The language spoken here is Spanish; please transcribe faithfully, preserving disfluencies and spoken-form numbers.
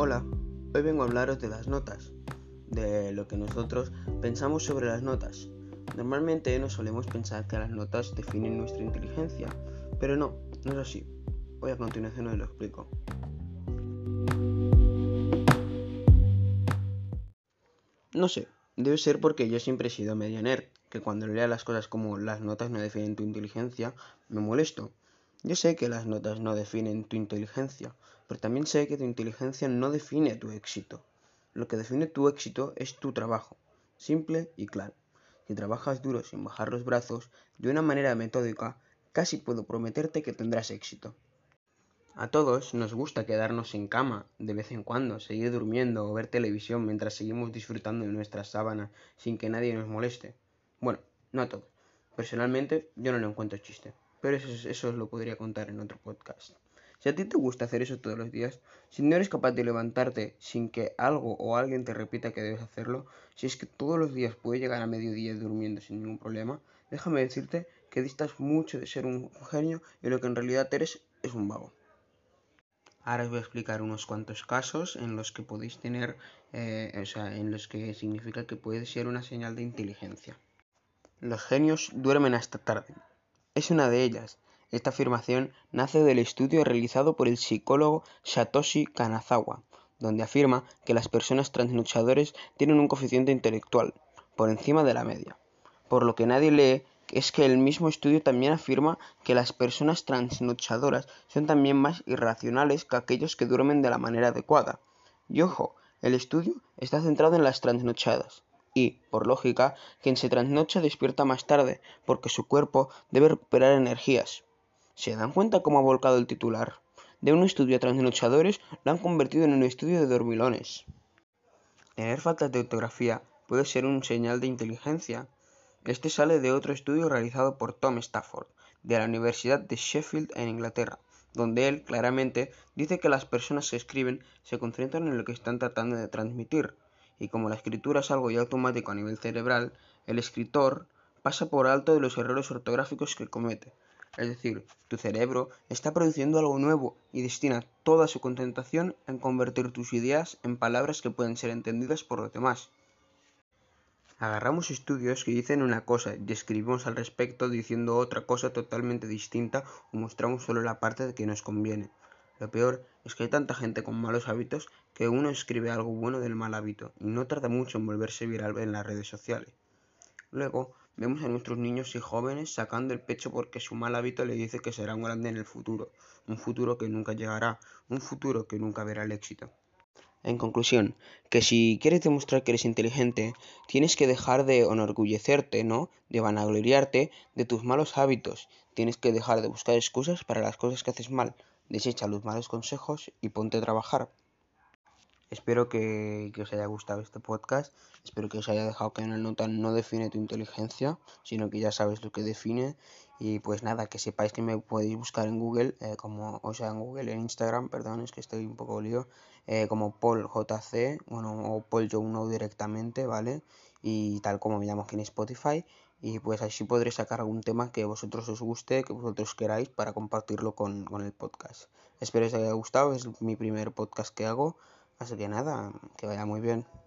Hola, hoy vengo a hablaros de las notas, de lo que nosotros pensamos sobre las notas. Normalmente no solemos pensar que las notas definen nuestra inteligencia, pero no, no es así. Hoy a continuación os lo explico. No sé, debe ser porque yo siempre he sido medio nerd, que cuando lea las cosas como las notas no definen tu inteligencia, me molesto. Yo sé que las notas no definen tu inteligencia, pero también sé que tu inteligencia no define tu éxito. Lo que define tu éxito es tu trabajo, simple y claro. Si trabajas duro sin bajar los brazos, de una manera metódica, casi puedo prometerte que tendrás éxito. A todos nos gusta quedarnos en cama de vez en cuando, seguir durmiendo o ver televisión mientras seguimos disfrutando de nuestras sábanas sin que nadie nos moleste. Bueno, no a todos. Personalmente yo no lo encuentro chiste, pero eso, eso os lo podría contar en otro podcast. Si a ti te gusta hacer eso todos los días, si no eres capaz de levantarte sin que algo o alguien te repita que debes hacerlo, si es que todos los días puedes llegar a mediodía durmiendo sin ningún problema, déjame decirte que distas mucho de ser un genio y lo que en realidad eres es un vago. Ahora os voy a explicar unos cuantos casos en los que podéis tener, eh, o sea, en los que significa que puede ser una señal de inteligencia. Los genios duermen hasta tarde. Es una de ellas. Esta afirmación nace del estudio realizado por el psicólogo Satoshi Kanazawa, donde afirma que las personas trasnochadores tienen un coeficiente intelectual por encima de la media, por lo que nadie lee. Es que el mismo estudio también afirma que las personas trasnochadoras son también más irracionales que aquellos que duermen de la manera adecuada. Y ojo, el estudio está centrado en las trasnochadas. Y, por lógica, quien se trasnocha despierta más tarde, porque su cuerpo debe recuperar energías. ¿Se dan cuenta cómo ha volcado el titular? De un estudio a trasnochadores lo han convertido en un estudio de dormilones. Tener faltas de ortografía puede ser un señal de inteligencia. Este sale de otro estudio realizado por Tom Stafford, de la Universidad de Sheffield en Inglaterra, donde él claramente dice que las personas que escriben se concentran en lo que están tratando de transmitir, y como la escritura es algo ya automático a nivel cerebral, el escritor pasa por alto de los errores ortográficos que comete. Es decir, tu cerebro está produciendo algo nuevo y destina toda su concentración en convertir tus ideas en palabras que pueden ser entendidas por los demás. Agarramos estudios que dicen una cosa y escribimos al respecto diciendo otra cosa totalmente distinta o mostramos solo la parte de que nos conviene. Lo peor es que hay tanta gente con malos hábitos que uno escribe algo bueno del mal hábito y no tarda mucho en volverse viral en las redes sociales. Luego vemos a nuestros niños y jóvenes sacando el pecho porque su mal hábito le dice que será un grande en el futuro, un futuro que nunca llegará, un futuro que nunca verá el éxito. En conclusión, que si quieres demostrar que eres inteligente, tienes que dejar de enorgullecerte, ¿no? De vanagloriarte de tus malos hábitos. Tienes que dejar de buscar excusas para las cosas que haces mal. Desecha los malos consejos y ponte a trabajar. Espero que, que os haya gustado este podcast. Espero que os haya dejado que una nota no define tu inteligencia, sino que ya sabes lo que define. Y pues nada, que sepáis que me podéis buscar en Google, eh, como, o sea, en Google, en Instagram, perdón, es que estoy un poco lío, eh, como Paul J C, bueno, o Paul Joe No directamente, ¿vale? Y tal como me llamo aquí en Spotify. Y pues así podré sacar algún tema que a vosotros os guste, que vosotros queráis, para compartirlo con, con el podcast. Espero que os haya gustado, es mi primer podcast que hago. Así que nada, que vaya muy bien.